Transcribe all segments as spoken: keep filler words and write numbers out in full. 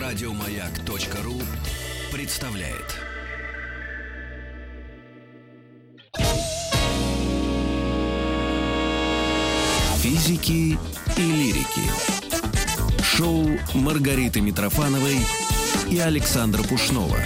Радиомаяк.ру представляет. Физики и лирики. Шоу Маргариты Митрофановой и Александра Пушнова.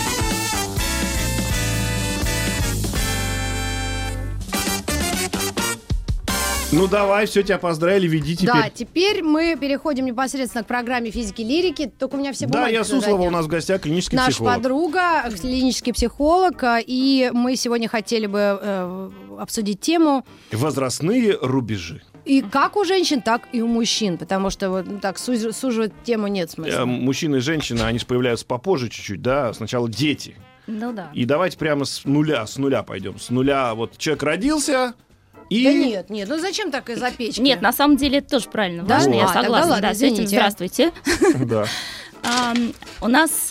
Ну давай, все, тебя поздравили, веди теперь. Да, теперь мы переходим непосредственно к программе физики и лирики. Только у меня все бумаги. Да, я Суслова, у нас в гостях клинический Наш психолог. Наш подруга, клинический психолог. И мы сегодня хотели бы э, обсудить тему... Возрастные рубежи. И как у женщин, так и у мужчин. Потому что вот ну, так суж- суживать тему нет смысла. Э, мужчины и женщины, они же появляются попозже чуть-чуть, да? Сначала дети. Ну да. И давайте прямо с нуля, с нуля пойдем. С нуля, вот человек родился... И... Да нет, нет, ну зачем так из-за печки? Нет, на самом деле это тоже правильно, да? важно, а, я согласна. Ладно, да, с этим здравствуйте. Да. У нас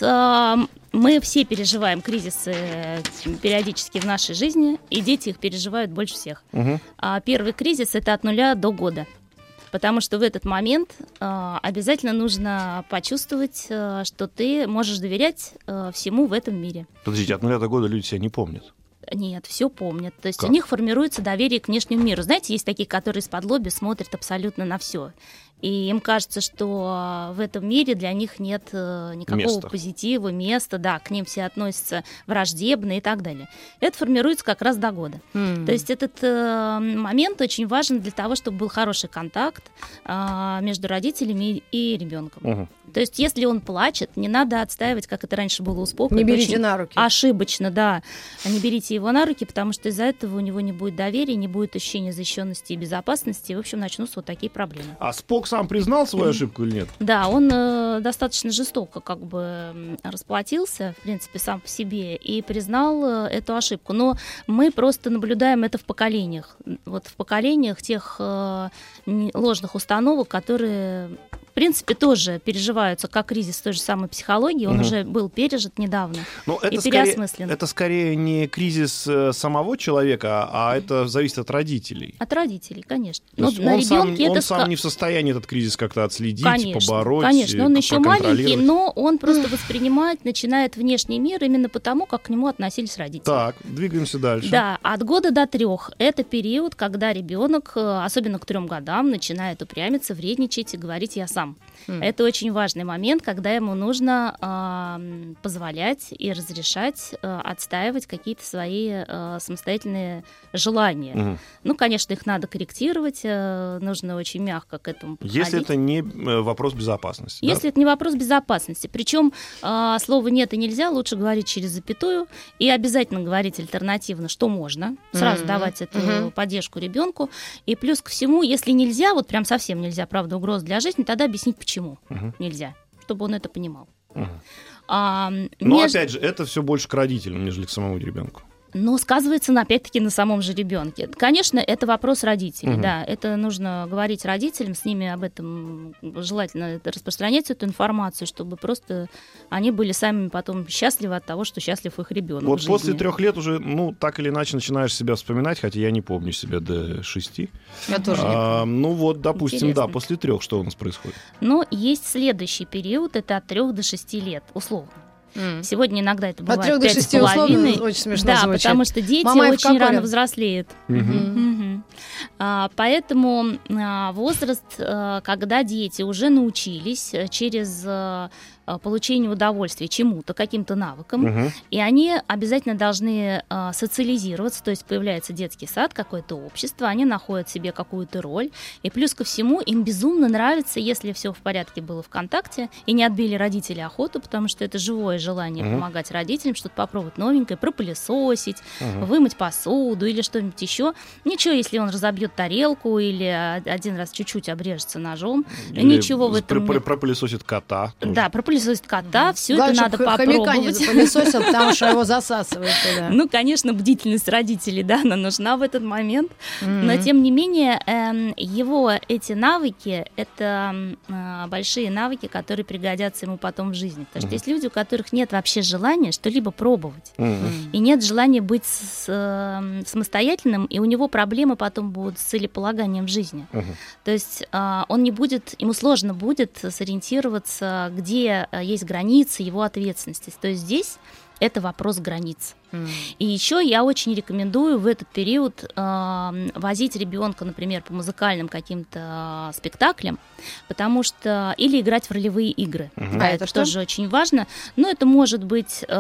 мы все переживаем кризисы периодически в нашей жизни, и дети их переживают больше всех. Первый кризис — это от нуля до года. Потому что в этот момент э, обязательно нужно почувствовать, э, что ты можешь доверять э, всему в этом мире. Подождите, от нуля до года люди себя не помнят. Нет, все помнят. То есть как? У них формируется доверие к внешнему миру. Знаете, есть такие, которые из-под лоби смотрят абсолютно на все. И им кажется, что в этом мире для них нет никакого места. позитива, места, да, к ним все относятся враждебно и так далее. Это формируется как раз до года. Mm. То есть этот э, момент очень важен для того, чтобы был хороший контакт э, между родителями и, и ребенком. Uh-huh. То есть если он плачет, не надо отстаивать, как это раньше было у Спока. Не это берите на руки. Ошибочно, да. Не берите его на руки, потому что из-за этого у него не будет доверия, не будет ощущения защищенности и безопасности. И, в общем, начнутся вот такие проблемы. А Спок сам признал свою ошибку или нет? Да, он э, достаточно жестоко как бы расплатился, в принципе, сам по себе и признал э, эту ошибку. Но мы просто наблюдаем это в поколениях. Вот в поколениях тех э, ложных установок, которые... В принципе, тоже переживаются как кризис той же самой психологии. Он угу. уже был пережит недавно Но и это переосмыслен. Скорее, это скорее не кризис самого человека, а это зависит от родителей. От родителей, конечно. Но на он сам, это он сам не в состоянии этот кризис как-то отследить, конечно, побороть, конечно. Он еще маленький, но он просто воспринимает, начинает внешний мир именно потому, как к нему относились родители. Так, двигаемся дальше. Да, от года до трех это период, когда ребенок, особенно к трем годам, начинает упрямиться, вредничать и говорить «я сам». Mm. Это очень важный момент, когда ему нужно э, позволять и разрешать э, отстаивать какие-то свои э, самостоятельные желания. Mm. Ну, конечно, их надо корректировать, э, нужно очень мягко к этому подходить. Если это не вопрос безопасности. Если да? это не вопрос безопасности. Причем э, слово «нет» и «нельзя» лучше говорить через запятую и обязательно говорить альтернативно, что можно. Сразу mm-hmm. давать эту mm-hmm. поддержку ребенку. И плюс ко всему, если нельзя, вот прям совсем нельзя, правда, угроза для жизни, тогда объяснить, почему uh-huh. нельзя, чтобы он это понимал. Uh-huh. А, Но между... опять же, это все больше к родителям, нежели к самому ребенку. Но сказывается, опять-таки, на самом же ребенке. Конечно, это вопрос родителей, угу. да, это нужно говорить родителям, с ними об этом желательно распространять эту информацию, чтобы просто они были сами потом счастливы от того, что счастлив их ребенок. Вот после трех лет уже, ну, так или иначе начинаешь себя вспоминать, хотя я не помню себя до шести. Я тоже не а, помню. Ну вот, допустим, Интересно. да, после трех что у нас происходит? Но есть следующий период, это от трех до шести лет, условно. Mm. Сегодня иногда это бывает от трех до шести условно очень смешно да, звучит. потому что дети Мама очень рано взрослеют. Mm-hmm. Mm-hmm. А, поэтому а, возраст, а, когда дети уже научились через а, получение удовольствия чему-то, каким-то навыкам, uh-huh. и они обязательно должны а, социализироваться, то есть появляется детский сад, какое-то общество, они находят себе какую-то роль, и плюс ко всему им безумно нравится, если все в порядке было ВКонтакте, и не отбили родители охоту, потому что это живое желание uh-huh. помогать родителям, что-то попробовать новенькое, пропылесосить, uh-huh. вымыть посуду или что-нибудь еще. Ничего, если он разобьет тарелку или один раз чуть-чуть обрежется ножом, или ничего в этом нет. Пропылесосит кота. Да, пропылесосит кота, все Главное, это надо хомяка попробовать. не запылесосил, потому что его засасывает туда. Ну, конечно, бдительность родителей, да, она нужна в этот момент. Mm-hmm. Но, тем не менее, э, его эти навыки, это э, большие навыки, которые пригодятся ему потом в жизни. Потому что mm-hmm. есть люди, у которых нет вообще желания что-либо пробовать. Mm-hmm. И нет желания быть с, э, самостоятельным, и у него проблемы потом будут с целеполаганием в жизни. Mm-hmm. То есть э, он не будет, ему сложно будет сориентироваться, где где есть границы его ответственности. То есть здесь это вопрос границ. Mm. И еще я очень рекомендую в этот период э, возить ребенка, например, по музыкальным каким-то э, спектаклям, потому что или играть в ролевые игры. Mm-hmm. А это, это тоже очень важно. Но это может быть, э,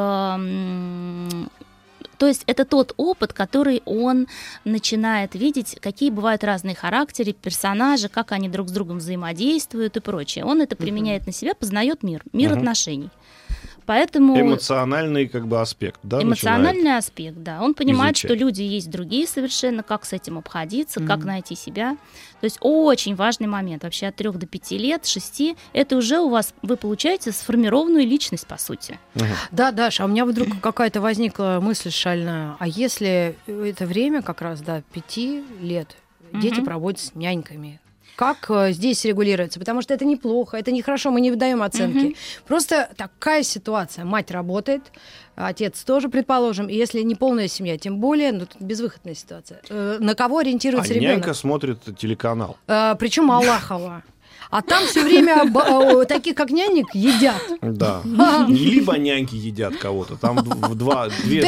то есть это тот опыт, который он начинает видеть, какие бывают разные характеры, персонажи, как они друг с другом взаимодействуют и прочее. Он это применяет mm-hmm. на себя, познает мир, мир mm-hmm. отношений. Поэтому эмоциональный как бы аспект, да? Эмоциональный начинает аспект, да. Он понимает, изучать. Что люди есть другие совершенно, как с этим обходиться, Mm-hmm. как найти себя. То есть очень важный момент. Вообще от трех до пяти лет, шести, это уже у вас, вы получаете сформированную личность, по сути. Угу. Да, Даша, а у меня вдруг какая-то возникла мысль шальная. А если это время как раз до пяти лет Угу. дети проводят с няньками? Как э, здесь регулируется? Потому что это неплохо, это нехорошо, мы не выдаем оценки. Mm-hmm. Просто такая ситуация. Мать работает, отец тоже, предположим. И если не полная семья, тем более, ну, тут безвыходная ситуация. Э, на кого ориентируется а ребенок? Нянька смотрит телеканал. Э, причем Аллахова. А там все время таких, как нянек, едят. Да. Либо няньки едят кого-то. Там в два, две,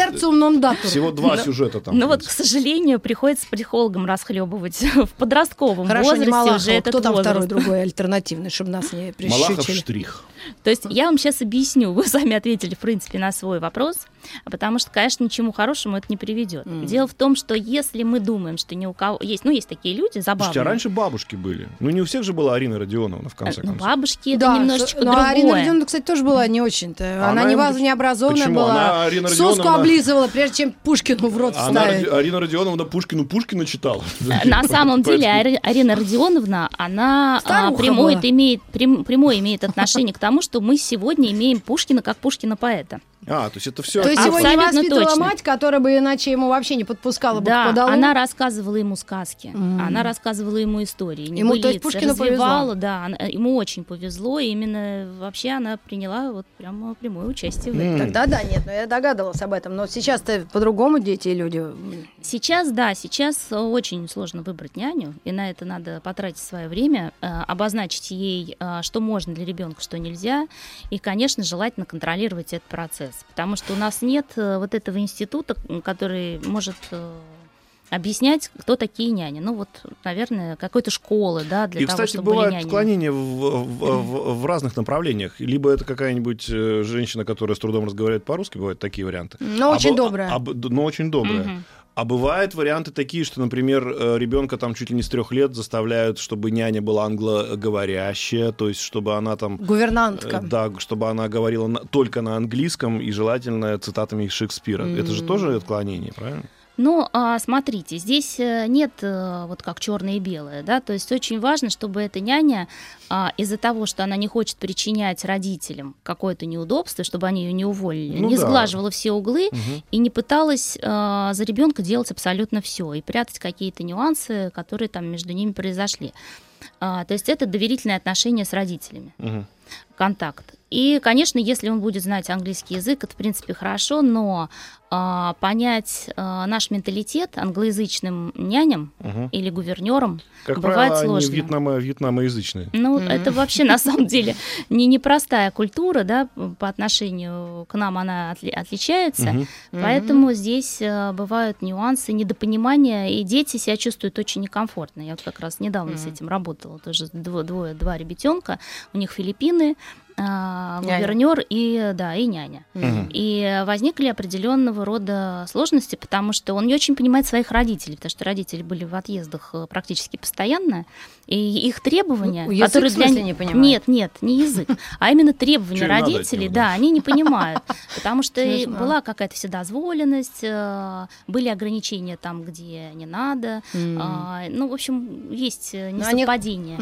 всего два сюжета там. Ну вот, к сожалению, приходится с психологом расхлебывать в подростковом Хорошо, возрасте не Малахова. уже этот Кто там возраст. второй, другой, альтернативный, чтобы нас не прищучили? Малахов штрих. То есть я вам сейчас объясню, вы сами ответили, в принципе, на свой вопрос, потому что, конечно, ничему хорошему это не приведет. Mm. Дело в том, что если мы думаем, что ни у кого есть, ну, есть такие люди забавные. Слушайте, а раньше бабушки были. Ну, не у всех же была Арина Родионовна, в конце ну, концов. Бабушки, это да, немножечко но другое. Арина Родионовна, кстати, тоже была не очень-то. Она, она не, воз, не образованная почему? была. Она, Арина Родионовна... Соску облизывала, прежде чем Пушкину в рот вставить. Она, Арина Родионовна Пушкину Пушкина читала. На самом деле Арина Родионовна, она прямое имеет, прямое имеет отношение к тому, что мы сегодня имеем Пушкина как Пушкина-поэта. А, то есть это все. То есть его не воспитывала мать, которая бы иначе ему вообще не подпускала бы да, к подолу? она рассказывала ему сказки, mm. она рассказывала ему истории, ему, небылицы, то есть Пушкину развивала, повезло. Да, она, ему очень повезло, и именно вообще она приняла вот прямо прямое участие в этом. Mm. Тогда да, нет, но я догадывалась об этом, но сейчас-то по-другому дети и люди. Сейчас, да, сейчас очень сложно выбрать няню, и на это надо потратить свое время, э, обозначить ей, э, что можно для ребенка, что нельзя, и, конечно, желательно контролировать этот процесс. Потому что у нас нет вот этого института, который может объяснять, кто такие няни. Ну вот, наверное, какой-то школы, да, для и, того, кстати, чтобы были няни. И, кстати, бывают отклонения в, в, в, в разных направлениях. Либо это какая-нибудь женщина, которая с трудом разговаривает по-русски, бывают такие варианты. Но а очень б... добрая. А, но очень добрая. Угу. А бывают варианты такие, что, например, ребенка там чуть ли не с трех лет заставляют, чтобы няня была англоговорящая, то есть чтобы она там... Гувернантка. Да, чтобы она говорила на, только на английском и желательно цитатами из Шекспира. Mm. Это же тоже отклонение, правильно? Ну, смотрите, здесь нет вот как черное и белое, да, то есть очень важно, чтобы эта няня из-за того, что она не хочет причинять родителям какое-то неудобство, чтобы они ее не уволили, ну, не да. сглаживала все углы угу. и не пыталась за ребенка делать абсолютно все и прятать какие-то нюансы, которые там между ними произошли. То есть это доверительные отношения с родителями, угу. контакт. И, конечно, если он будет знать английский язык, это, в принципе, хорошо, но а, понять а, наш менталитет англоязычным няням угу. или гувернерам как бывает правило, сложно. Они вьетнамо, вьетнамоязычные. Ну, mm-hmm. это вообще, на самом деле, не непростая культура, да, по отношению к нам она отли- отличается, mm-hmm. поэтому mm-hmm. здесь а, бывают нюансы, недопонимания, и дети себя чувствуют очень некомфортно. Я вот как раз недавно mm-hmm. с этим работала, тоже двое, двое, два ребятенка, у них Филиппины, гувернер и, да, и няня. Угу. И возникли определенного рода сложности, потому что он не очень понимает своих родителей, потому что родители были в отъездах практически постоянно, и их требования, ну, язык, которые в смысле, для не понимает? Нет, нет, не язык, а именно требования родителей, да, они не понимают, потому что была какая-то вседозволенность, были ограничения там, где не надо, ну, в общем, есть несовпадение.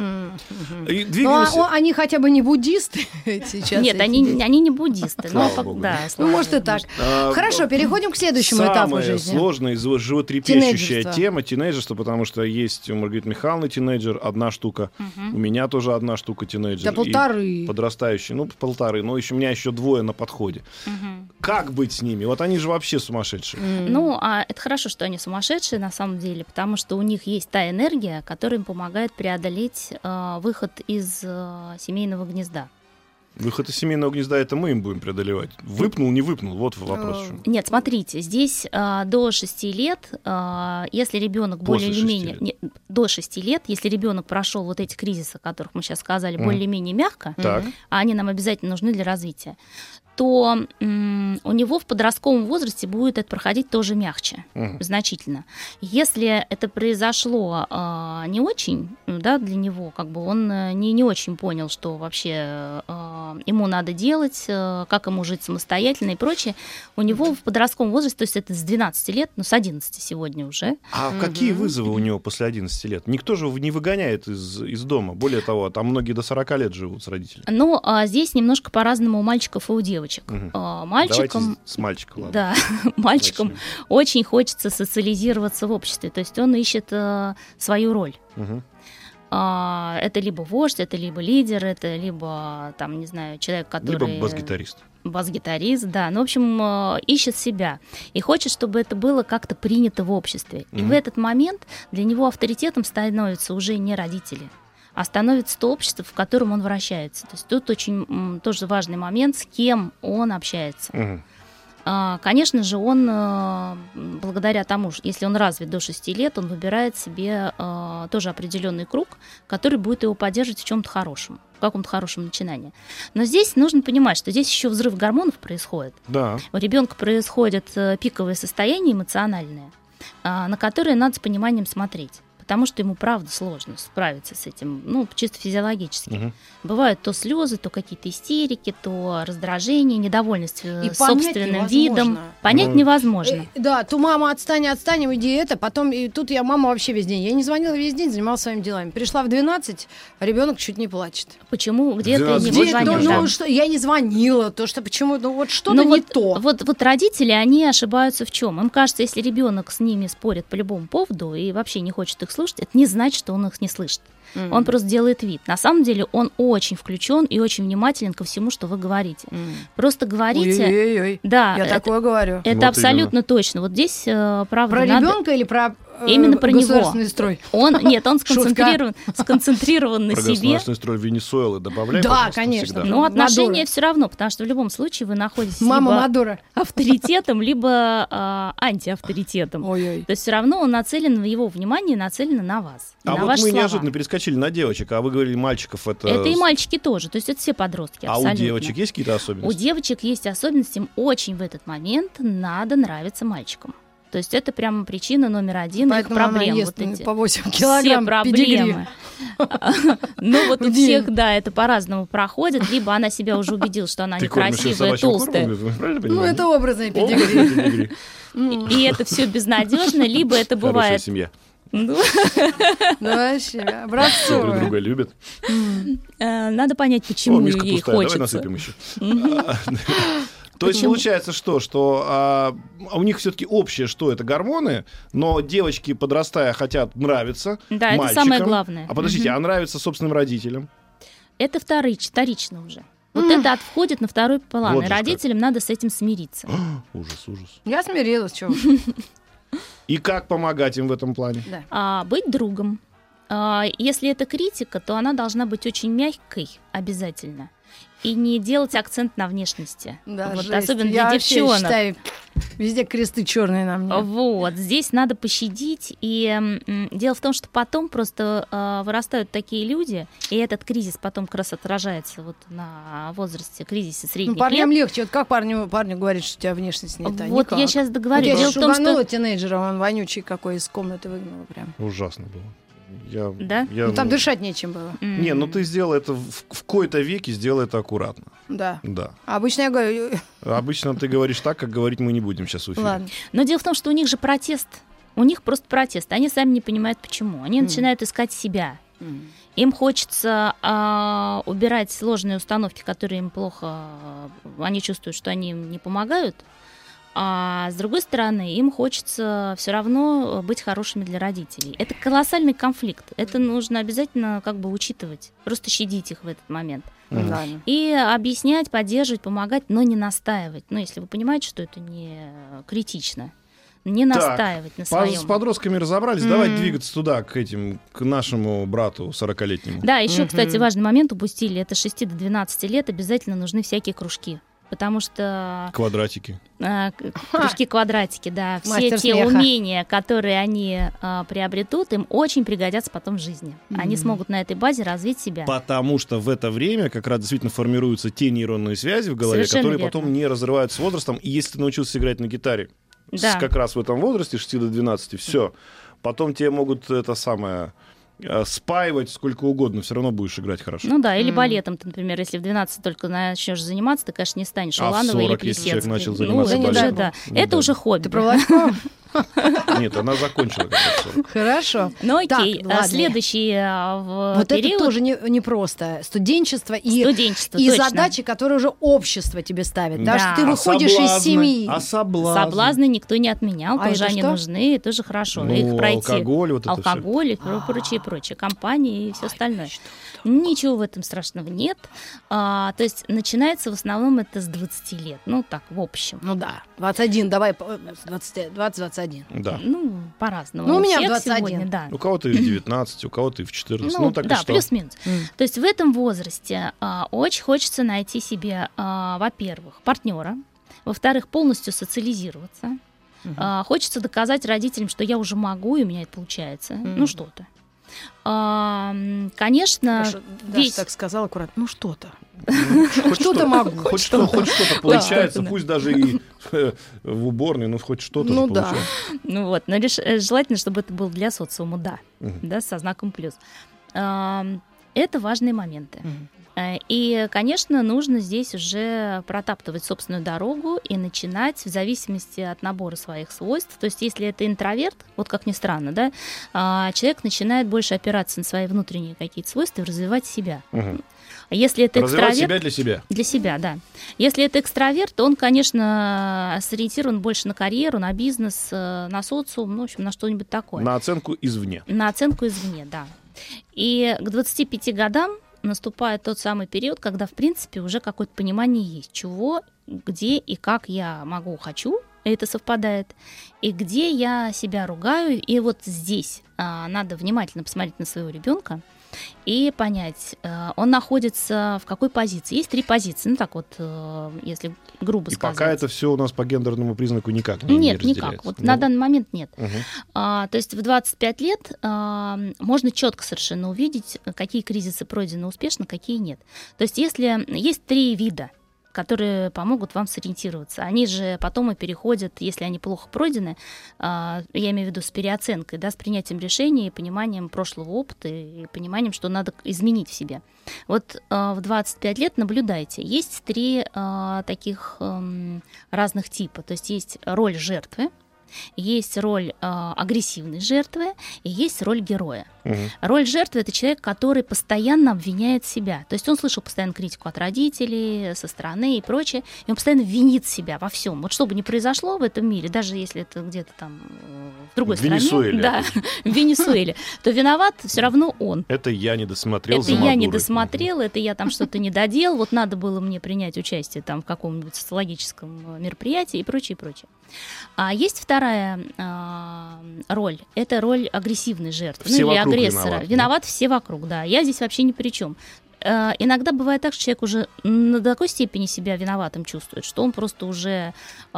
Ну, они хотя бы не буддисты? Сейчас Нет, они, они не буддисты. Но, да, ну, может и так. А, Хорошо, переходим к следующему этапу жизни. Самая сложная и животрепещущая тема — тинейджерство, потому что есть у Маргариты Михайловны тинейджер, одна штука, угу. у меня тоже одна штука тинейджер. Да полторы. Подрастающий, ну, полторы, но еще у меня еще двое на подходе. Угу. Как быть с ними? Вот они же вообще сумасшедшие. Mm. Ну, а это хорошо, что они сумасшедшие на самом деле, потому что у них есть та энергия, которая им помогает преодолеть э, выход из э, семейного гнезда. Выход из семейного гнезда — это мы им будем преодолевать. Выпнул, не выпнул, вот вопрос. в чем. Нет, смотрите, здесь а, до шести лет, а, если ребенок более или менее... Не, до шести лет, если ребенок прошел вот эти кризисы, о которых мы сейчас сказали, mm. более-менее мягко, Так. а они нам обязательно нужны для развития, то м, у него в подростковом возрасте будет это проходить тоже мягче, mm. значительно. Если это произошло а, не очень, да, для него, как бы он не, не очень понял, что вообще а, ему надо делать, а, как ему жить самостоятельно и прочее, у него в подростковом возрасте, то есть это с двенадцати лет, ну с одиннадцати сегодня уже. А mm-hmm. какие вызовы у него после одиннадцати лет? Никто же не выгоняет из, из дома. Более того, там многие до сорока лет живут с родителями. Ну, а здесь немножко по-разному у мальчиков и у девочек. Угу. А, мальчикам, Давайте с мальчиком, ладно. Да, мальчикам Начнем. Очень хочется социализироваться в обществе, то есть он ищет а, свою роль. Угу. А, это либо вождь, это либо лидер, это либо, там, не знаю, человек, который... Либо бас-гитарист. Бас-гитарист, да. Ну, в общем, ищет себя и хочет, чтобы это было как-то принято в обществе. И mm-hmm. в этот момент для него авторитетом становятся уже не родители, а становится то общество, в котором он вращается. То есть тут очень м, тоже важный момент, с кем он общается. Mm-hmm. А, конечно же, он, а, благодаря тому, что если он развит до шести лет, он выбирает себе а, тоже определенный круг, который будет его поддерживать в чем-то хорошем, в каком-то хорошем начинании. Но здесь нужно понимать, что здесь еще взрыв гормонов происходит. Да. У ребенка происходит пиковое состояние эмоциональное, а, на которое надо с пониманием смотреть. Потому что ему, правда, сложно справиться с этим, ну, чисто физиологически. Угу. Бывают то слезы, то какие-то истерики, то раздражение, недовольность и собственным видом. Понять ну, невозможно. Э, да, то мама, отстань, отстань, уйди это. Потом, и тут я мама вообще весь день. Я не звонила весь день, занималась своими делами. Пришла в двенадцать, а ребенок чуть не плачет. Почему? Где ты не Где, позвонила? Ну, ну, что, я не звонила, то что почему, ну вот что-то ну, не вот, то. Вот, вот родители, они ошибаются в чем? Им кажется, если ребенок с ними спорит по любому поводу и вообще не хочет их слушать, это не значит, что он их не слышит. Mm-hmm. Он просто делает вид. На самом деле он очень включен и очень внимателен ко всему, что вы говорите. Mm-hmm. Просто говорите. Ой-ой-ой. Да, я это, такое говорю. Это вот абсолютно именно. Точно. Вот здесь правда. Про надо... ребенка или про э, именно про государственный него. строй? Он нет, он сконцентрирован, сконцентрирован на про себе. государственный строй Венесуэлы добавляй. Да, конечно. Всегда. Но отношения все равно, потому что в любом случае вы находитесь Мама либо Мадура. авторитетом, либо а, антиавторитетом. Ой-ой. То есть все равно он нацелен, его внимание нацелено на вас. А на вот ваши мы слова. неожиданно перескочили на девочек, а вы говорили, мальчиков это... Это и мальчики тоже, то есть это все подростки. А абсолютно. у девочек есть какие-то особенности? У девочек есть особенности, им очень в этот момент надо нравиться мальчикам. То есть это прямо причина номер один их Поэтому проблем. она ест вот эти. по восемь килограмм все проблемы. Ну вот у всех, да, это по-разному проходит. Либо она себя уже убедила, что она некрасивая, толстая. Ну это образное педигри. И это все безнадежно, либо это бывает... семья. Ну вообще, образцовая. Друг друга любят. Надо понять, почему ей хочется. Давай насыпем еще. То есть получается что, что а, у них все-таки общее, что это гормоны, но девочки, подрастая, хотят нравиться да, мальчикам. Это самое главное. А подождите, угу. а нравится собственным родителям? Это вторич, вторично уже. Вот mm. это отходит на второй план, вот и родителям как. Надо с этим смириться. Ужас, ужас. Я смирилась, чего. И как помогать им в этом плане? Да. А, быть другом. А, если это критика, то она должна быть очень мягкой обязательно. И не делать акцент на внешности. Да, вот, жесть. особенно Я для девчонок. Считаю, везде кресты черные на мне. Вот, здесь надо пощадить. И м, дело в том, что потом просто э, вырастают такие люди, и этот кризис потом как раз отражается вот на возрасте, кризисе средних ну, парням лет. легче. Вот как парню, парню говорит, что у тебя внешность не та? Вот Никак. я сейчас договорю. Вот я дело в том, шуганула что... тинейджера, он вонючий какой, из комнаты выгнала прям. Ужасно было. Я, да? Я, ну, там дышать нечем было. Mm. Не, ну ты сделай это в, в кои-то веки, сделай это аккуратно. Да. Да. А обычно я говорю... Обычно ты говоришь так, как говорить мы не будем сейчас в эфире. Ладно. Но дело в том, что у них же протест. У них просто протест. Они сами не понимают, почему. Они mm. начинают искать себя. Mm. Им хочется а, убирать сложные установки, которые им плохо... Они чувствуют, что они им не помогают. А с другой стороны, им хочется все равно быть хорошими для родителей. Это колоссальный конфликт. Это нужно обязательно как бы учитывать. Просто щадить их в этот момент. Mm-hmm. И объяснять, поддерживать, помогать, но не настаивать. Ну, если вы понимаете, что это не критично. не настаивать так, на своем. С подростками разобрались, mm-hmm. давайте двигаться туда, к этим, к нашему брату сорокалетнему. Да, еще, mm-hmm. кстати, важный момент упустили. Это с шести до двенадцати лет обязательно нужны всякие кружки. Потому что... Квадратики. Э, кружки-квадратики, да. Все Мастер те смеха. умения, которые они э, приобретут, им очень пригодятся потом в жизни. Mm-hmm. Они смогут на этой базе развить себя. Потому что в это время как раз действительно формируются те нейронные связи в голове, Совершенно которые верно. потом не разрываются с возрастом. И если ты научился играть на гитаре Да. с, как раз в этом возрасте, с шести до двенадцати, все. Потом тебе могут это самое... спаивать сколько угодно, все равно будешь играть хорошо. Ну да, или Mm. балетом, ты, например, если в двенадцать только начнешь заниматься, ты, конечно, не станешь А в Улановой или сорок, если человек Плесецкой. начал Ну, заниматься это балетом? уже, да. Ну Это да. уже хобби. Ты про Владько? Нет, она закончила как раз сорок. Хорошо. Ну окей, Так, ладно. а следующий а, в Вот период... это тоже не- непросто. Студенчество и, Студенчество, и точно. задачи, которые уже общество тебе ставит. Да, Да. что ты А выходишь из соблазны? семьи. А соблазны? Соблазны никто не отменял, А тоже это они что? нужны, и тоже хорошо. Ну, Их пройти. алкоголь, вот это Алкоголь и про- прочее, прочее, компании и все остальное. Ничего в этом страшного нет. А, то есть начинается в основном это с двадцати лет. Ну так, в общем. Ну да, двадцать один, давай, двадцать, двадцать один. Да. Ну, по-разному. Ну, у меня всех двадцать один. сегодня, да. У кого-то и в девятнадцать, у кого-то и в четырнадцать. Ну, Ну, так и да, что? плюс-минус. М. То есть в этом возрасте а, очень хочется найти себе, а, во-первых, партнера, во-вторых, полностью социализироваться. Мгм. А, хочется доказать родителям, что я уже могу, и у меня это получается. Мгм. Ну, что-то. А, м, конечно, Хорошо, Даша весь... так сказала аккуратно. Ну что-то. Ну, хоть Что-то могу. Хоть что, хоть что-то получается, Да. пусть даже и э, в уборной, но хоть что-то Ну же да. получается. Ну вот, но лишь э, желательно, чтобы это было для социума, да, Мгм. да, со знаком плюс. А, это важные моменты. Мгм. Э, И, конечно, нужно здесь уже протаптывать собственную дорогу и начинать в зависимости от набора своих свойств. То есть, если это интроверт, вот как ни странно, да, а, человек начинает больше опираться на свои внутренние какие-то свойства и развивать себя. Мгм. А если это Развивать экстраверт... себя для себя. Для себя, да. Если это экстраверт, то он, конечно, сориентирован больше на карьеру, на бизнес, э, на социум, ну, в общем, на что-нибудь такое. На оценку извне. На оценку извне, да. И к двадцати пяти годам наступает тот самый период, когда, в принципе, уже какое-то понимание есть, чего, где и как я могу, хочу, и это совпадает, и где я себя ругаю. И вот здесь а, надо внимательно посмотреть на своего ребенка и понять, а, он находится в какой позиции. Есть три позиции, ну так вот, а, если грубо И сказать. пока это все у нас по гендерному признаку никак не, Нет, не никак. разделяется. Вот Ну, на данный момент нет. мгм. А, то есть в двадцать пять лет а, можно четко совершенно увидеть, какие кризисы пройдены успешно, какие нет. То есть если есть три вида, которые помогут вам сориентироваться, они же потом и переходят, если они плохо пройдены, а, я имею в виду с переоценкой, да, с принятием решений, пониманием прошлого опыта и пониманием, что надо изменить в себе. Вот а, в двадцать пять лет наблюдайте, есть три а, таких ам, разных типа, то есть есть роль жертвы, есть роль э, агрессивной жертвы и есть роль героя. Мгм. Роль жертвы — это человек, который постоянно обвиняет себя. То есть он слышал постоянно критику от родителей, со стороны и прочее, и он постоянно винит себя во всем. Вот что бы ни произошло в этом мире, даже если это где-то там э, в другой В Венесуэле, стране, да, в Венесуэле, то виноват все равно он. Это я не досмотрел. Это за я не Мадурой. досмотрел, это я там что-то не доделал, вот надо было мне принять участие там в каком-нибудь социологическом мероприятии и прочее, прочее. А есть вторая а, роль, это роль агрессивной жертвы, Все ну или вокруг агрессора. виноваты, Виноват все вокруг, да. Я здесь вообще ни при чем. Э, Иногда бывает так, что человек уже на такой степени себя виноватым чувствует, что он просто уже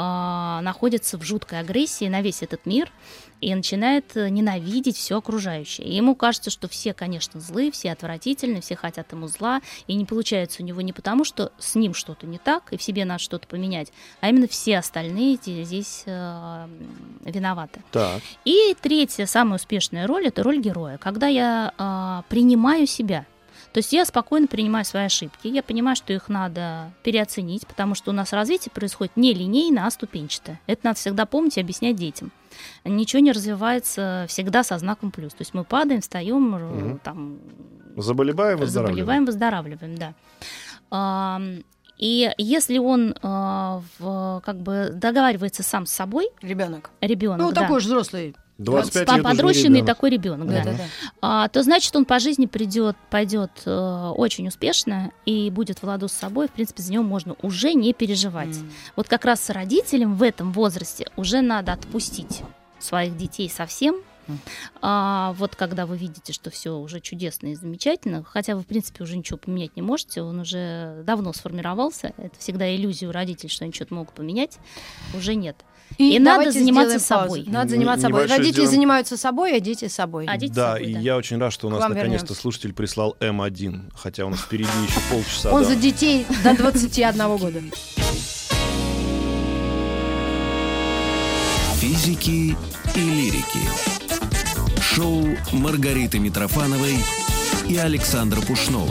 а, находится в жуткой агрессии на весь этот мир и начинает ненавидеть все окружающее. И ему кажется, что все, конечно, злые, все отвратительны, все хотят ему зла, и не получается у него не потому, что с ним что-то не так, и в себе надо что-то поменять, а именно все остальные эти здесь э, виноваты. Так. И третья, самая успешная роль — это роль героя, когда я э, принимаю себя. То есть я спокойно принимаю свои ошибки, я понимаю, что их надо переоценить, потому что у нас развитие происходит не линейно, а ступенчато. Это надо всегда помнить и объяснять детям. Ничего не развивается всегда со знаком плюс. То есть мы падаем, встаем, Мгм. там, Заболеваем, выздоравливаем. заболеваем, выздоравливаем, да. А, И если он а, в- как бы договаривается сам с собой, Ребенок. ребенок, Ну, да, такой же взрослый двадцать пять лет подрощенный такой ребенок, да. Да, да, да. А, то значит, он по жизни придет, пойдет э, очень успешно и будет в ладу с собой. В принципе, за него можно уже не переживать. Mm. Вот как раз родителям в этом возрасте уже надо отпустить своих детей совсем. Mm. А, вот когда вы видите, что все уже чудесно и замечательно, хотя вы, в принципе, уже ничего поменять не можете, он уже давно сформировался. Это всегда иллюзия у родителей, что они что-то могут поменять. Уже нет. И, и надо заниматься собой. Надо заниматься собой. Родители сделаем... занимаются собой, а дети собой. А дети да, собой, и да. я очень рад, что у нас наконец-то вернемся. Слушатель прислал эм один, хотя у нас впереди еще полчаса. Он за детей до двадцати одного года. Физики и лирики. Шоу Маргариты Митрофановой и Александра Пушнова.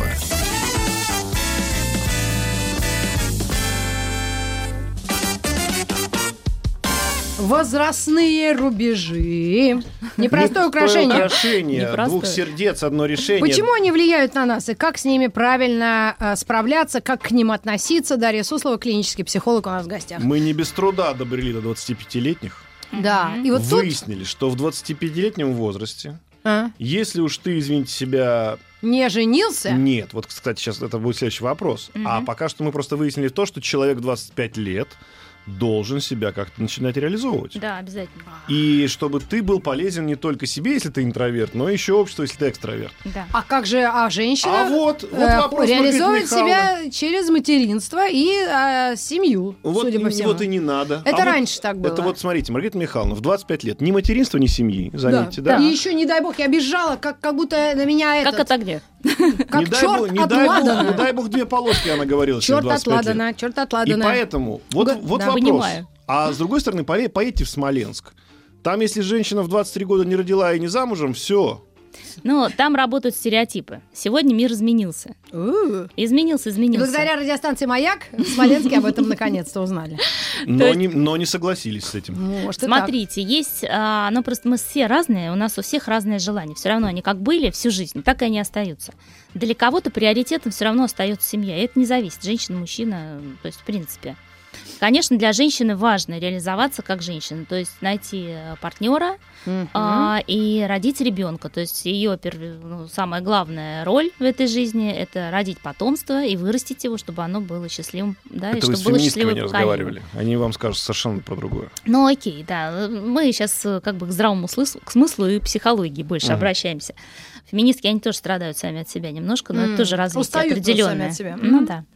Возрастные рубежи. Непростое украшение. украшение. Непростое. Двух сердец, одно решение. Почему они влияют на нас и как с ними правильно э, справляться, как к ним относиться? Дарья Суслова, клинический психолог, у нас в гостях. Мы не без труда добрели до двадцатипятилетних. Да. И вот выяснили, тут... что в двадцатипятилетнем возрасте, а? если уж ты, извините себя... Не женился? Нет. Вот, кстати, сейчас это будет следующий вопрос. Mm-hmm. А пока что мы просто выяснили то, что человек в двадцать пять лет должен себя как-то начинать реализовывать. Да, обязательно. И чтобы ты был полезен не только себе, если ты интроверт, но еще обществу, если ты экстраверт. Да. А как же а женщина а вот, вот э, вопрос, реализовывает себя через материнство и э, семью, вот, судя по всему. Вот и не надо. Это а раньше вот, так было. Это вот, смотрите, Маргарита Михайловна, в двадцать пять лет ни материнства, ни семьи, заметьте, да? да? И еще, не дай бог, я бежала, как, как будто на меня как этот... Как это где? Как не черт дай, не от дай Ладана. Бог, не дай бог две полоски, она говорила. Черт от Ладана, черт от Ладана. И поэтому, вот, Г- вот да. вопрос. Понимаю. А с другой стороны, поедьте в Смоленск. Там, если женщина в двадцать три года не родила и не замужем, все. Ну, там работают стереотипы. Сегодня мир изменился. У-у-у. Изменился, изменился. И благодаря радиостанции «Маяк» в Смоленске об этом наконец-то узнали. Но не, но не согласились с этим. Может, смотрите, есть, а, ну просто мы все разные, у нас у всех разные желания. Все равно они как были всю жизнь, так и они остаются. Для кого-то приоритетом все равно остается семья. И это не зависит, женщина, мужчина, то есть в принципе. Конечно, для женщины важно реализоваться как женщина, то есть найти партнера uh-huh. а, и родить ребенка. То есть ее ну, самая главная роль в этой жизни – это родить потомство и вырастить его, чтобы оно было счастливым, да, это и чтобы вы с было феминистками счастливое не поколение. разговаривали. Они вам скажут совершенно про другое. Ну окей, да. Мы сейчас как бы к здравому смыслу, к смыслу и психологии больше uh-huh. обращаемся. Феминистки, они тоже страдают сами от себя немножко, но mm. это тоже развитие определенное. Сами от себя. Mm. Ну да.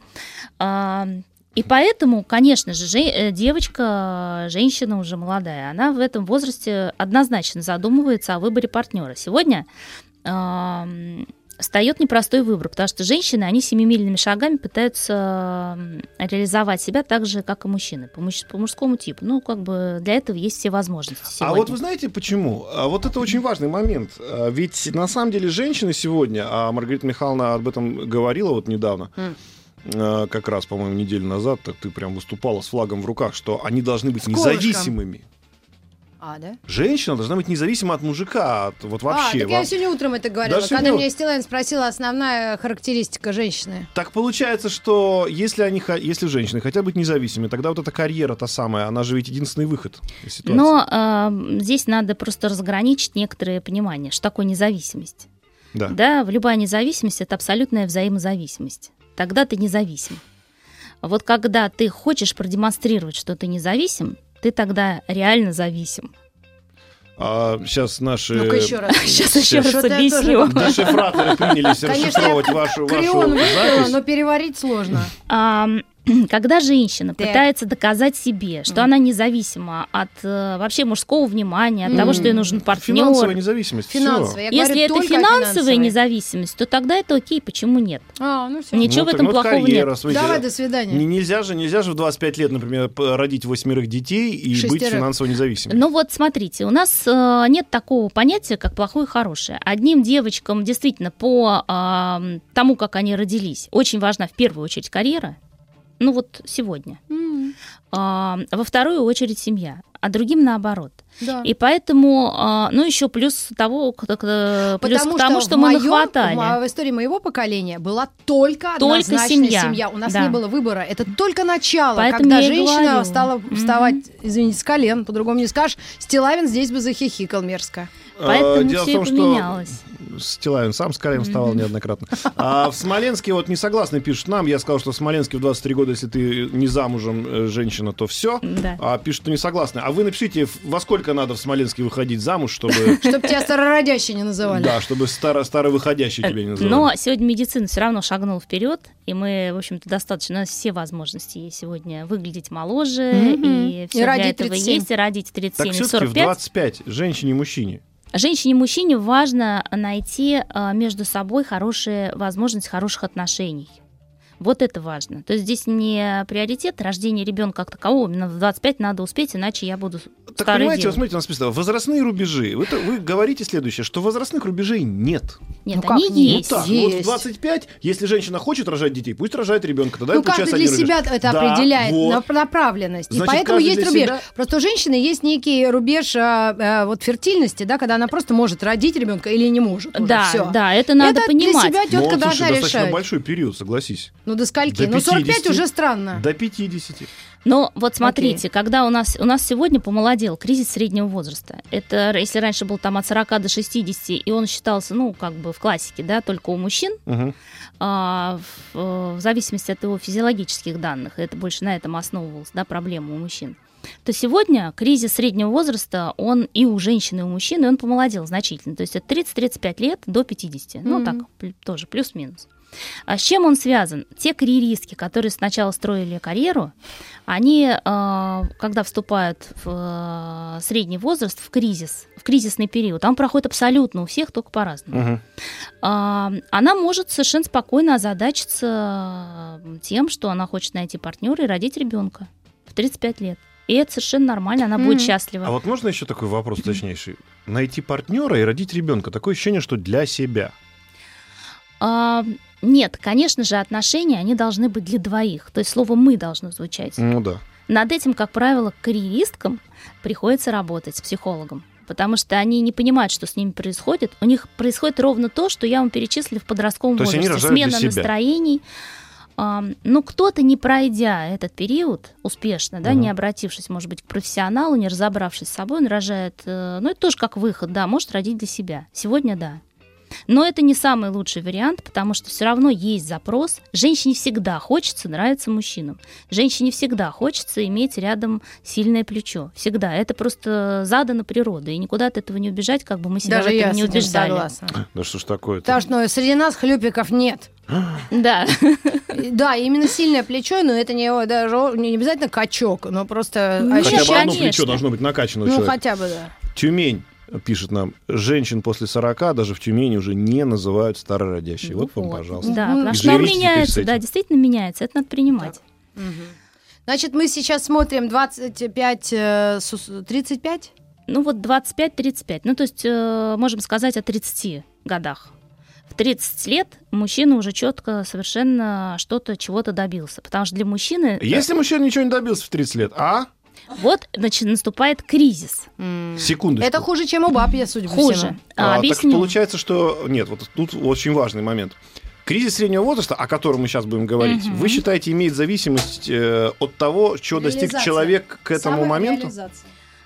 А, и поэтому, конечно же, же, девочка, женщина уже молодая, она в этом возрасте однозначно задумывается о выборе партнера. Сегодня а, встает непростой выбор, потому что женщины, они семимильными шагами пытаются реализовать себя так же, как и мужчины, по, муж, по мужскому типу. Ну, как бы для этого есть все возможности сегодня. А вот вы знаете почему? А вот это очень важный момент. Ведь на самом деле женщины сегодня, а Маргарита Михайловна об этом говорила вот недавно, mm. как раз, по-моему, неделю назад, так ты прям выступала с флагом в руках, что они должны быть независимыми. А, да? Женщина должна быть независима от мужика, от, вот вообще. А, так я сегодня утром это говорила, да, когда сегодня... меня Стилайн спросила основная характеристика женщины. Так получается, что если, они, если женщины хотят быть независимыми, тогда вот эта карьера та самая, она же ведь единственный выход из ситуации. Но э, здесь надо просто разграничить некоторые понимания, что такое независимость. Да. Да, любая независимость – это абсолютная взаимозависимость. Тогда ты независим. Вот когда ты хочешь продемонстрировать, что ты независим, ты тогда реально зависим. А сейчас наши... Ну-ка еще раз. Сейчас еще раз объясню. Дешифраторы принялись расшифровывать вашу запись. Но переварить сложно. Когда женщина так. пытается доказать себе, что mm. она независима от вообще мужского внимания, от mm. того, что ей нужен партнер. Финансовая независимость. Финансовая. Если это финансовая независимость, то тогда это окей, почему нет? А, ну все. Ничего ну, в этом ну, плохого карьера, нет. Смотрите, давай, до свидания. Не, нельзя, же, нельзя же в двадцать пять лет, например, родить восьмерых детей и Шестерых. быть финансово независимым. Ну вот смотрите, у нас э, нет такого понятия, как плохое и хорошее. Одним девочкам действительно по э, тому, как они родились, очень важна в первую очередь карьера. Ну вот сегодня. Mm. А, во вторую очередь семья. а другим наоборот. Да. И поэтому, ну, еще плюс того, плюс Потому к тому, что, что в мы моём, нахватали. В истории моего поколения была только, только однозначная семья. семья. У нас да. не было выбора. Это только начало, Поэтому когда я и женщина говорю. стала вставать, Mm-hmm. извините, с колен, по-другому не скажешь. Стилавин здесь бы захихикал мерзко. Поэтому Дело все в том, и что поменялось. Стилавин сам с колен вставал неоднократно. А в Смоленске вот не согласны пишут нам. Я сказал, что в Смоленске в двадцать три года, если ты не замужем э, женщина, то все. Да. А пишут, что не согласны. А вы напишите, во сколько надо в Смоленске выходить замуж, чтобы... Чтобы тебя старородящие не называли. Да, чтобы старо- старовыходящий тебя не называли. Но сегодня медицина все равно шагнула вперед, и мы, в общем-то, достаточно, у нас все возможности есть сегодня выглядеть моложе, Мгм. и И все для родить этого тридцать семь. есть, и родить тридцать Так семь и все-таки сорок в пять. двадцать пять женщине и мужчине. Женщине и мужчине важно найти а, между собой хорошие возможности хороших отношений. Вот это важно. То есть здесь не приоритет рождения ребенка как такового. Именно в двадцать пять надо успеть, иначе я буду Так старой понимаете, девой. вот смотрите, у нас написано, возрастные рубежи. Вы, вы говорите следующее, что возрастных рубежей нет. Нет, Ну как они нет? есть. Ну так, ну вот в Есть. двадцать пять, если женщина хочет рожать детей, пусть рожает ребенка, тогда Ну, это получается каждый для один себя рубеж. это Да, определяет, вот. нап- направленность. Значит, и поэтому каждый есть для рубеж. себя. Просто у женщины есть некий рубеж а, а, вот фертильности, да, когда она просто может родить ребенка или не может. уже. Да, Всё. да, это надо это понимать. для себя Ну, тетка вот, должна слушай, достаточно решать. большой период, согласись. Ну, до скольки? До Ну, сорок пять пятидесяти. уже странно. До пятидесяти. Но вот смотрите, когда у нас, у нас сегодня помолодел кризис среднего возраста, это если раньше был там от сорока до шестидесяти, и он считался, ну, как бы в классике, да, только у мужчин, Угу. а, в, в зависимости от его физиологических данных, это больше на этом основывалось, да, проблема у мужчин, то сегодня кризис среднего возраста, он и у женщин, и у мужчин, и он помолодел значительно. То есть от тридцати-тридцати пяти лет до пятидесяти. Ну, Мгм. так, пл- тоже плюс-минус. А с чем он связан? Те карьеристки, которые сначала строили карьеру, они, э, когда вступают в э, средний возраст, в кризис, в кризисный период, он проходит абсолютно у всех, только по-разному. Угу. А, она может совершенно спокойно озадачиться тем, что она хочет найти партнера и родить ребенка в тридцать пять лет. И это совершенно нормально, она будет Мгм. счастлива. А вот можно еще такой вопрос точнейший? Найти партнера и родить ребенка. Такое ощущение, что для себя. А, нет, конечно же, отношения, они должны быть для двоих. То есть слово «мы» должно звучать. Ну да. Над этим, как правило, карьеристкам приходится работать с психологом, потому что они не понимают, что с ними происходит. У них происходит ровно то, что я вам перечислила в подростковом То есть они возрасте. рожают для Смена себя. настроений. А, ну, кто-то, не пройдя этот период успешно, да, Мгм. не обратившись, может быть, к профессионалу, не разобравшись с собой, он рожает, э, ну, это тоже как выход, да, может родить для себя. Сегодня да. Но это не самый лучший вариант, потому что все равно есть запрос. Женщине всегда хочется нравиться мужчинам. Женщине всегда хочется иметь рядом сильное плечо. Всегда. Это просто задано природой. И никуда от этого не убежать, как бы мы себя Даже в этом я не с этим убеждали. согласна. Да что ж такое-то? Потому что ну, среди нас хлюпиков нет. Да. И- Да, именно сильное плечо, но это не, его даже, не обязательно качок, но просто Нет, Хотя бы одно конечно. плечо должно быть накачано у Ну, человека. хотя бы, да. Тюмень пишет нам, женщин после сорока даже в Тюмени уже не называют старородящей. Вот вам, Вот. пожалуйста. Да, Ну, потому и что живите теперь с меняется, этим. да, действительно меняется. Это надо принимать. Мгм. Значит, мы сейчас смотрим двадцать пять, э, сус- тридцать пять? Ну вот двадцать пять тридцать пять. Ну то есть э, можем сказать о тридцати годах. В тридцать лет мужчина уже четко совершенно что-то, чего-то добился. Потому что для мужчины Если мужчина ничего не добился в тридцать лет, а? вот значит, наступает кризис. Секундочку. Это хуже, чем у баб, я судя по Хуже. всему. А, А, так объясню. получается, что... Нет, вот тут очень важный момент. Кризис среднего возраста, о котором мы сейчас будем говорить, Мгм. вы считаете, имеет зависимость э, от того, чего достиг Реализация. человек к этому моменту? Самореализация.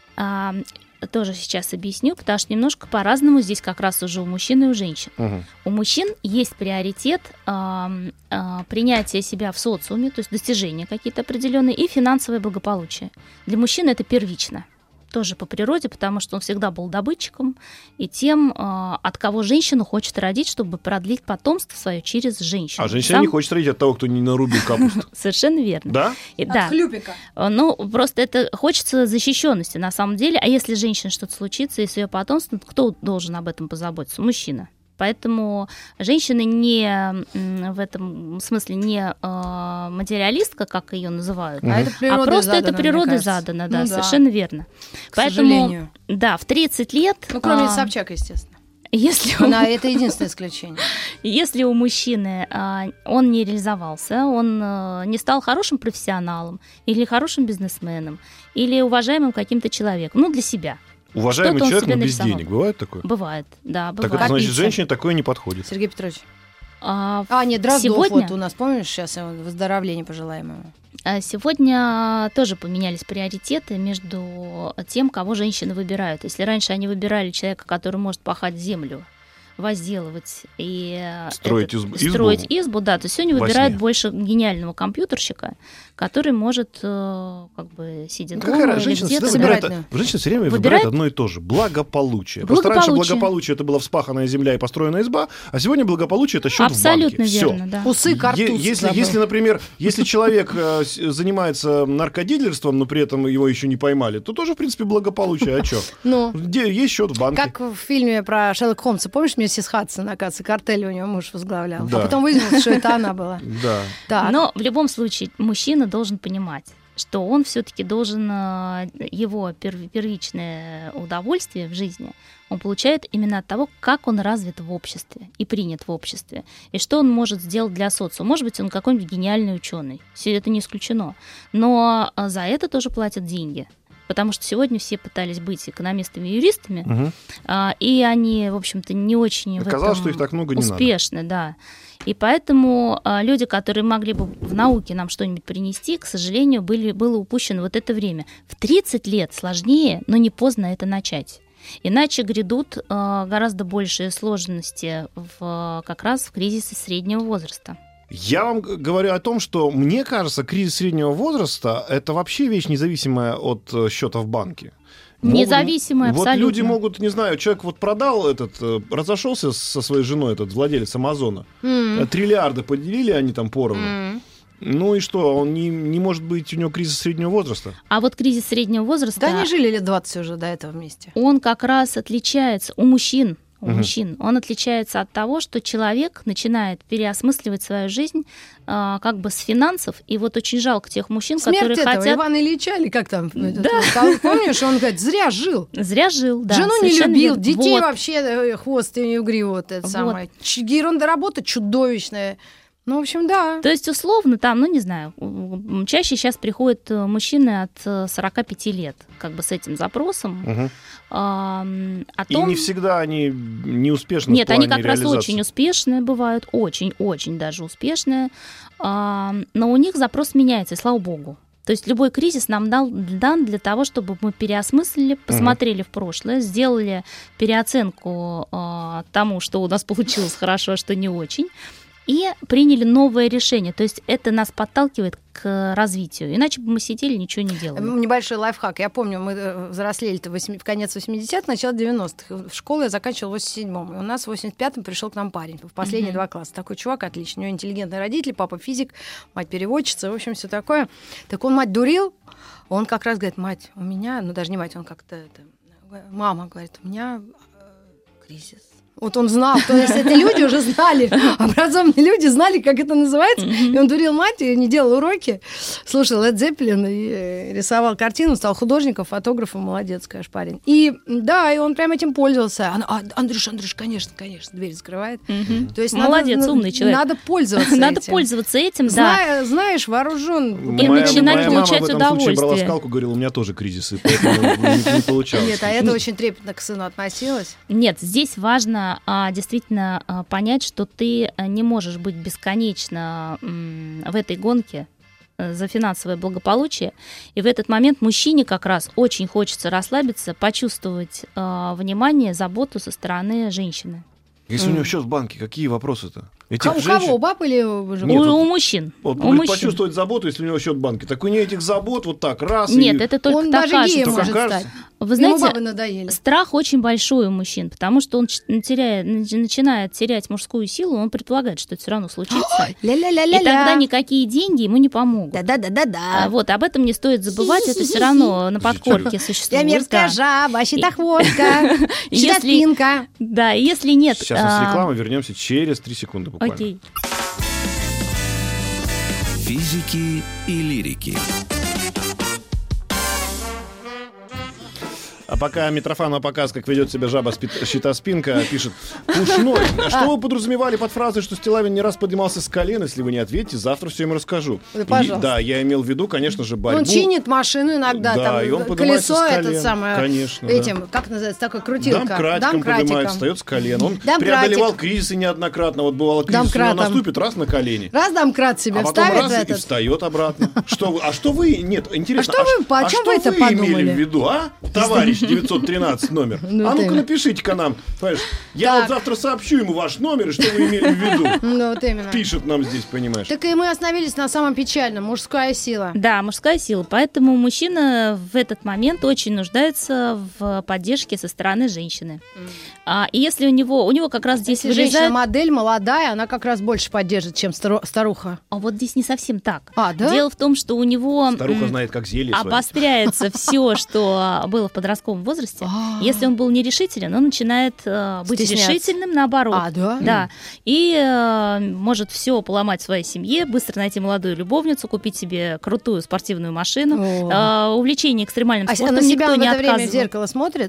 А, тоже сейчас объясню, потому что немножко по-разному здесь как раз уже у мужчин и у женщин. Мгм. У мужчин есть приоритет а, а, принятия себя в социуме, то есть достижения какие-то определенные, и финансовое благополучие. Для мужчин это первично. Тоже по природе, потому что он всегда был добытчиком и тем, а, от кого женщину хочет родить, чтобы продлить потомство свое через женщину. А женщина Сам- не хочет родить от того, кто не нарубил капусту. Совершенно верно. Да? И- От да. хлюпика. Ну, просто это хочется защищенности на самом деле. А если женщине что-то случится, если ее потомство, то кто должен об этом позаботиться? Мужчина. Поэтому женщина не м, в этом смысле не э, материалистка, как ее называют, А это а природой просто задано, это мне природой кажется. задано, да, Ну совершенно верно. К Поэтому, сожалению. да, в тридцать лет, Ну, кроме а, Собчак, естественно. Если Она, у... Это единственное исключение. Если у мужчины а, он не реализовался, он а, не стал хорошим профессионалом или хорошим бизнесменом, или уважаемым каким-то человеком, ну, для себя. Уважаемый человек, но без денег. Бывает такое? Бывает, да, бывает. Так это значит, женщине такое не подходит. Сергей Петрович. А, а нет, Дроздов сегодня... вот у нас, помнишь, сейчас выздоровление пожелаем ему. Сегодня тоже поменялись приоритеты между тем, кого женщины выбирают. Если раньше они выбирали человека, который может пахать землю, возделывать и строить, этот, изб... строить избу. избу, да, то сегодня выбирают сне. больше гениального компьютерщика, который может, как бы, сидя дома, Какая или женщина где-то... Выбирает, женщина все время выбирает, выбирает одно и то же. Благополучие. благополучие. Просто раньше благополучие это была вспаханная земля и построенная изба, а сегодня благополучие это счет Абсолютно в банке. Верно, да. Усы, картуз. Е- если, если, например, если человек занимается наркодилерством, но при этом его еще не поймали, то тоже, в принципе, благополучие. А что? Ну, есть счет в банке. Как в фильме про Шерлока Холмса. Помнишь, миссис Хадсон, оказывается, картель у него муж возглавлял. Да. А потом выяснилось, что это она была. Да. Так. Но в любом случае мужчина должен понимать, что он все-таки должен, его первичное удовольствие в жизни он получает именно от того, как он развит в обществе и принят в обществе, и что он может сделать для социума. Может быть, он какой-нибудь гениальный ученый, это не исключено, но за это тоже платят деньги. Потому что сегодня все пытались быть экономистами и юристами, угу. а, и они, в общем-то, не очень Оказалось, что их так много не успешны, надо. Да. И поэтому а, люди, которые могли бы в науке нам что-нибудь принести, к сожалению, были, было упущено вот это время. В тридцать лет сложнее, но не поздно это начать. Иначе грядут а, гораздо большие сложности в, как раз в кризисе среднего возраста. Я вам говорю о том, что, мне кажется, кризис среднего возраста — это вообще вещь, независимая от счета в банке. Независимая, вот абсолютно. Вот люди могут, не знаю, человек вот продал этот, разошелся со своей женой, этот владелец Амазона, mm. триллиарды поделили они там поровну. Mm. Ну и что, он не, не может быть, у него кризис среднего возраста? А вот кризис среднего возраста... Да они жили лет двадцать уже до этого вместе. Он как раз отличается у мужчин. У uh-huh. мужчин. Он отличается от того, что человек начинает переосмысливать свою жизнь э, как бы с финансов. И вот очень жалко тех мужчин, Смерть которые этого, хотят... Ивана Ильича, или как там? Да. Этот, помнишь, он говорит, зря жил. Зря жил, да. Жену не любил, верно. детей вот. вообще хвост и гриву. Вот это вот. самое. Ерунда работа чудовищная. Ну, в общем, да. То есть, условно, там, ну, не знаю, чаще сейчас приходят мужчины от сорока пяти лет, как бы с этим запросом. Угу. А, о том... И не всегда они не успешны. Нет, в плане они как раз реализации. очень успешные бывают, очень-очень даже успешные, а, но у них запрос меняется, и слава богу. То есть любой кризис нам дал, дан для того, чтобы мы переосмыслили, посмотрели угу. в прошлое, сделали переоценку а, тому, что у нас получилось хорошо, а что не очень, и приняли новое решение. То есть это нас подталкивает к развитию. Иначе бы мы сидели, ничего не делали. Небольшой лайфхак. Я помню, мы взрослели-то в конец восьмидесятых, начало девяностых. В школу я заканчивала в восемьдесят седьмом. И у нас в восемьдесят пятом пришел к нам парень в последние mm-hmm. два класса. Такой чувак отличный. У него интеллигентные родители, папа физик, мать переводчица, в общем, все такое. Так он мать дурил. Он как раз говорит, мать, у меня, ну даже не мать, он как-то... Это, мама говорит, у меня э, кризис. Вот он знал, то есть это люди уже знали, образованные люди знали, как это называется. Mm-hmm. И он дурил мать, и не делал уроки, слушал Лед Зеппелин, и рисовал картину, стал художником, фотографом, молодец, конечно, парень. И да, и он прям этим пользовался. Она, а, Андрюш, Андрюш, конечно, конечно, дверь закрывает. Mm-hmm. То есть молодец, надо, умный человек. Надо пользоваться Надо этим. пользоваться этим, Зная, да. Знаешь, вооружен. И моя, начинать моя получать мама в этом удовольствие. случае брала скалку, говорила, у меня тоже кризисы, поэтому не, не получалось. Нет, а это очень трепетно к сыну относилось. Нет, здесь важно а, действительно понять, что ты не можешь быть бесконечно в этой гонке за финансовое благополучие. И в этот момент мужчине как раз очень хочется расслабиться, почувствовать внимание, заботу со стороны женщины. Если mm. у него счет в банке, какие вопросы-то? Этих у женщин... кого? У баб или у Нет, у, у мужчин. Вот, у говорит, мужчин. Почувствовать заботу, если у него счет в банке. Так у нее этих забот вот так раз. Нет, и... это только он так даже геем кажется. может кажется. стать. Вы знаете, страх очень большой у мужчин, потому что он теряет, начинает терять мужскую силу, он предполагает, что это все равно случится. И тогда никакие деньги ему не помогут. Да-да-да-да-да. Вот, об этом не стоит забывать, это все равно на подкорке существует. Я мерзкая жаба, щитохвостка, щитоспинка. Да, если нет... Сейчас у нас реклама, вернемся через три секунды буквально. Окей. Физики и лирики. А пока Митрофанова показ, как ведет себя жаба щитоспинка, пишет: Пушной, что вы подразумевали под фразой, что Стилавин не раз поднимался с колен? Если вы не ответите, завтра все ему расскажу. Да, и, да, я имел в виду, конечно же, борьбу. Он чинит машину иногда, да, там, и он колесо это самое, конечно, этим, да. как называется, такой крутилка. Домкратиком поднимает, встает с колен. Он Домкратик. преодолевал кризисы неоднократно. Вот бывало, кризис у него наступит, раз на колени. Раз домкрат себе а потом вставит раз в этот. И встает обратно. Что вы, а что вы, нет, интересно, а что вы, а, о чем а что вы это вы подумали? имели в виду, а? Товарищ девятьсот тринадцать номер. Ну, а ну-ка именно. напишите-ка нам. Я Так. вот завтра сообщу ему ваш номер, и что вы имели в виду. Ну, вот именно. Пишет нам здесь, понимаешь. Так и мы остановились на самом печальном. Мужская сила. Да, мужская сила. Поэтому мужчина в этот момент очень нуждается в поддержке со стороны женщины. Mm. А, и если у него, у него как раз здесь если вырезает... женщина-модель молодая, она как раз больше поддержит, чем старуха. А вот здесь не совсем так. А, да? Дело в том, что у него Старуха знает, как зелье обостряется все, что было в подростковом возрасте. Если он был нерешителен, он начинает быть решительным, наоборот. А, да? Да. И может все поломать в своей семье, быстро найти молодую любовницу, купить себе крутую спортивную машину. Увлечение экстремальным спортом никто не отказывает. А на себя он в это время в зеркало смотрит?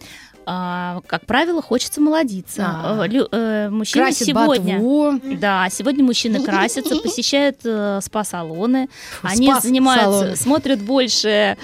А, как правило, хочется молодиться. А. Лю, э, мужчины Красит сегодня, ботву. да, сегодня мужчины красятся, посещают э, спа-салоны, Фу, они спа- занимаются, салоны. смотрят больше э,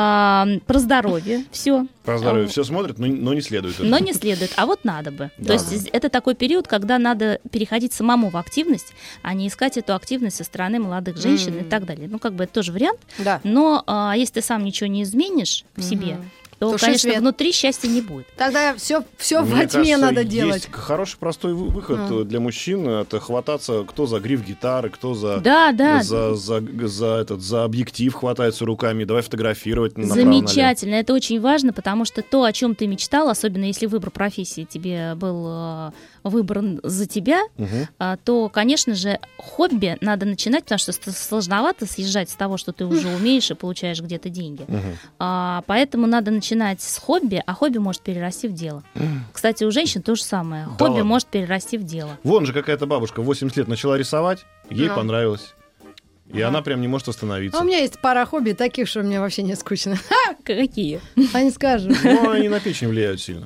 про здоровье, все. Про здоровье все смотрят, но, но не следует. Но не следует, а вот надо бы. Да. То есть это такой период, когда надо переходить самому в активность, а не искать эту активность со стороны молодых женщин Mm. и так далее. Ну, как бы это тоже вариант. Да. Но а, если ты сам ничего не изменишь в себе, то, Туши конечно, свет. внутри счастья не будет. Тогда все, все во Мне тьме кажется, надо есть делать. хороший простой вы- выход А. для мужчин. Это хвататься, кто за гриф гитары, кто за, Да, да. за, за, за, этот, за объектив хватается руками, давай фотографировать направо-налево. Замечательно, это очень важно, потому что то, о чем ты мечтал, особенно если выбор профессии тебе был э, выбран за тебя, Мгм. э, то, конечно же, хобби надо начинать, потому что с- сложновато съезжать с того, что ты уже умеешь и получаешь где-то деньги. Мгм. А, поэтому надо начинать с хобби, а хобби может перерасти в дело. Кстати, у женщин то же самое. Да Хобби ладно? может перерасти в дело. Вон же какая-то бабушка в восемьдесят лет начала рисовать, ей Ну. понравилось. И Ага. она прям не может остановиться. А у меня есть пара хобби таких, что мне вообще не скучно. Какие? А не скажу. Ну, они на печень влияют сильно.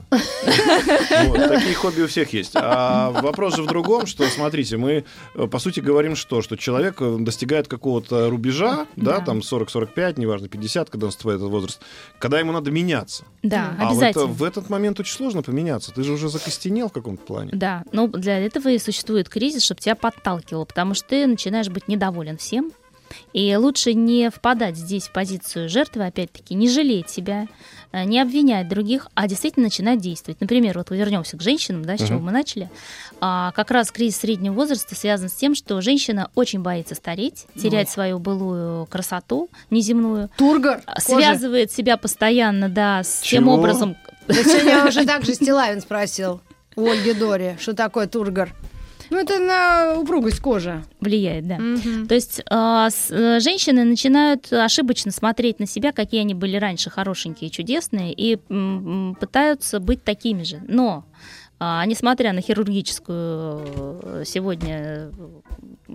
Вот, такие хобби у всех есть. А вопрос же в другом, что, смотрите, мы, э, по сути, говорим что? Что человек э, достигает какого-то рубежа, да, Да. там сорок-сорок пять, неважно, пятьдесят, когда наступает этот возраст, когда ему надо меняться. Да, А в, обязательно. это- в этот момент очень сложно поменяться. Ты же уже закостенел в каком-то плане. Да, но для этого и существует кризис, чтобы тебя подталкивало, потому что ты начинаешь быть недоволен всем. И лучше не впадать здесь в позицию жертвы, опять-таки, не жалеть себя, э, не обвинять других, а действительно начинать действовать. Например, вот вернемся к женщинам, да, с чего Мгм. мы начали. А, как раз кризис среднего возраста связан с тем, что женщина очень боится стареть, терять свою былую красоту неземную, Тургор. а, кожа. связывает себя постоянно, да, с тем Чего? образом. Да сегодня уже так же Стилавин спросил у Ольги Дори, что такое тургор. Ну, это на упругость кожи. Влияет, да. Мгм. То есть э, с- э, женщины начинают ошибочно смотреть на себя, какие они были раньше, хорошенькие, чудесные, и м, м, пытаются быть такими же. Но, а, несмотря на хирургическую э, сегодня, э,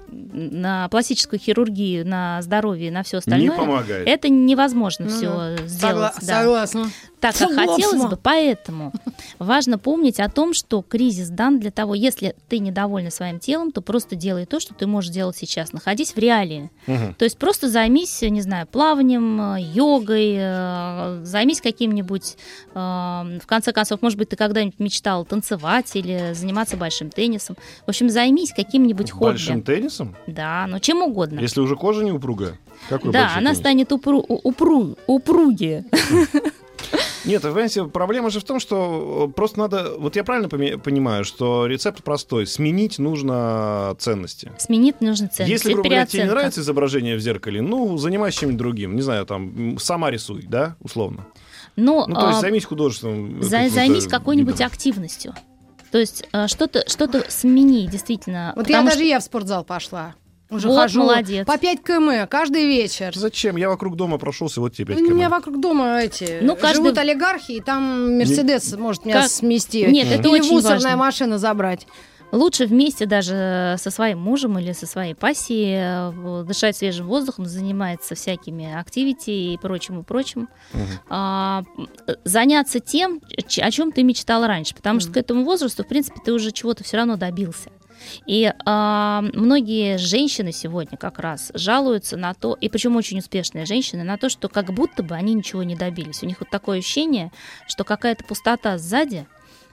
на пластическую хирургию, на здоровье, на все Не остальное, помогает. это невозможно Ну все да. сделать. Согла- да. Согласна. Так, как Согласна. хотелось бы, поэтому важно помнить о том, что кризис дан для того, если ты недовольна своим телом, то просто делай то, что ты можешь делать сейчас. Находись в реалии. Мгм. То есть просто займись, не знаю, плаванием, э, йогой, э, займись каким-нибудь, э, в конце концов, может быть, ты когда-нибудь мечтал танцевать или заниматься большим теннисом. В общем, займись каким-нибудь хобби. Большим теннисом? Да, ну чем угодно. Если уже кожа не упругая? Какой Да, большой она теннис? станет упру- упру- упругие. Нет, вы понимаете, проблема же в том, что э, просто надо... Вот я правильно поми- понимаю, что рецепт простой. Сменить нужно ценности. Сменить нужно ценности. Если, Это грубо говоря, тебе не переоценка. нравится изображение в зеркале, ну, занимайся чем-нибудь другим. Не знаю, там, м, сама рисуй, да, условно. Но, Ну, то есть а, займись художественным... э, за- каким-то займись какой-нибудь видом. активностью. То есть а, что-то, что-то смени, действительно. Вот я потому даже что- я в спортзал пошла. Уже Вот, хожу молодец. по пять километров каждый вечер. Зачем? Я вокруг дома прошелся, вот тебе пять У меня километров. вокруг дома эти Ну, каждый- живут олигархи, и там Мерседес может меня Как- смести. Нет, это Или очень мусорная важно. машина забрать. Лучше вместе даже со своим мужем или со своей пассией дышать свежим воздухом, заниматься всякими активити и прочим, и прочим. Угу. А, заняться тем, о чем ты мечтал раньше, потому угу. что к этому возрасту, в принципе, ты уже чего-то все равно добился. И а, многие женщины сегодня как раз жалуются на то, и причем очень успешные женщины, на то, что как будто бы они ничего не добились. У них вот такое ощущение, что какая-то пустота сзади,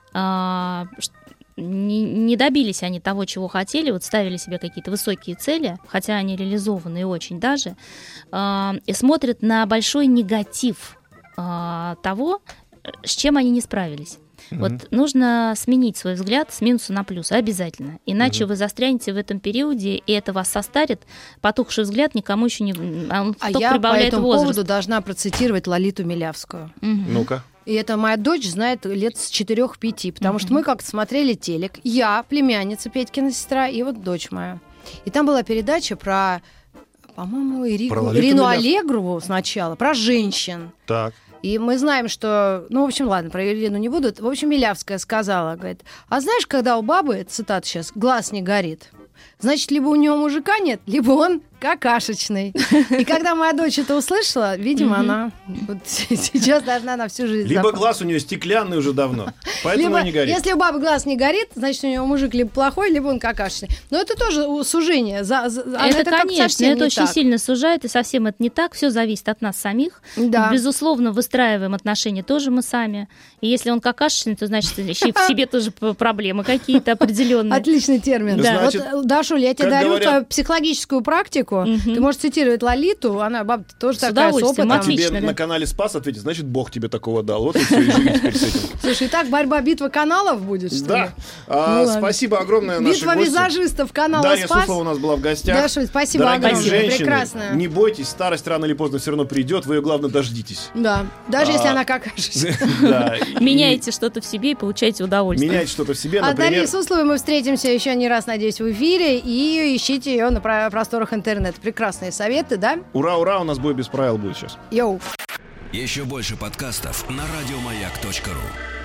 а, не, не добились они того, чего хотели, вот ставили себе какие-то высокие цели, хотя они реализованы очень даже, а, и смотрят на большой негатив а, того, с чем они не справились. Mm-hmm. Вот нужно сменить свой взгляд с минуса на плюс, обязательно. Иначе mm-hmm. вы застрянете в этом периоде, и это вас состарит. Потухший взгляд никому еще не... Он а я по этому возраст. поводу должна процитировать Лолиту Милявскую. Mm-hmm. Ну-ка. И это моя дочь знает лет с четырех-пяти, потому mm-hmm. что мы как-то смотрели телек. Я, племянница, Петькина сестра, и вот дочь моя. И там была передача про, по-моему, Ирику, Ирину Аллегрову сначала, про женщин. Так. И мы знаем, что... Ну, в общем, ладно, про Елену не буду. В общем, Милявская сказала, говорит, а знаешь, когда у бабы, цитата сейчас, глаз не горит, значит, либо у него мужика нет, либо он какашечный. И когда моя дочь это услышала, видимо, mm-hmm. она вот сейчас должна на всю жизнь Либо запомнить. Глаз у нее стеклянный уже давно, поэтому либо, и не горит. Если у бабы глаз не горит, значит, у него мужик либо плохой, либо он какашечный. Но это тоже сужение. За, за, это, это, конечно, это очень так. сильно сужает, и совсем это не так. Все зависит от нас самих. Да. Безусловно, выстраиваем отношения тоже мы сами. И если он какашечный, то, значит, в себе тоже проблемы какие-то определенные. Отличный термин. Значит, вот, Дашуль, я тебе дарю говорят... твою психологическую практику. Ты можешь цитировать Лолиту, она баба тоже с такая с опытом. Отлично, тебе да? на канале Спас ответит, значит, Бог тебе такого дал. Вот и все, и живи теперь с этим. Слушай, и так борьба, битва каналов будет, что да. ли? А, Ну, спасибо огромное нашей Битва гости. визажистов канала Дарья Спас. Суслова у нас была в гостях. Дашуль, спасибо Дорогие огромное. женщины, Прекрасно. не бойтесь, старость рано или поздно все равно придет, вы ее, главное, дождитесь. Да, даже А, если она какашечная. Да, и- Меняйте что-то в себе и получайте удовольствие. Меняйте что-то в себе, А Дарьей например... Сусловой мы встретимся еще не раз, надеюсь, в эфире. И ищите ее на про- просторах интернета. Прекрасные советы, да? Ура, ура, у нас бой без правил будет сейчас. Йоу. Еще больше подкастов на радиомаяк точка ру.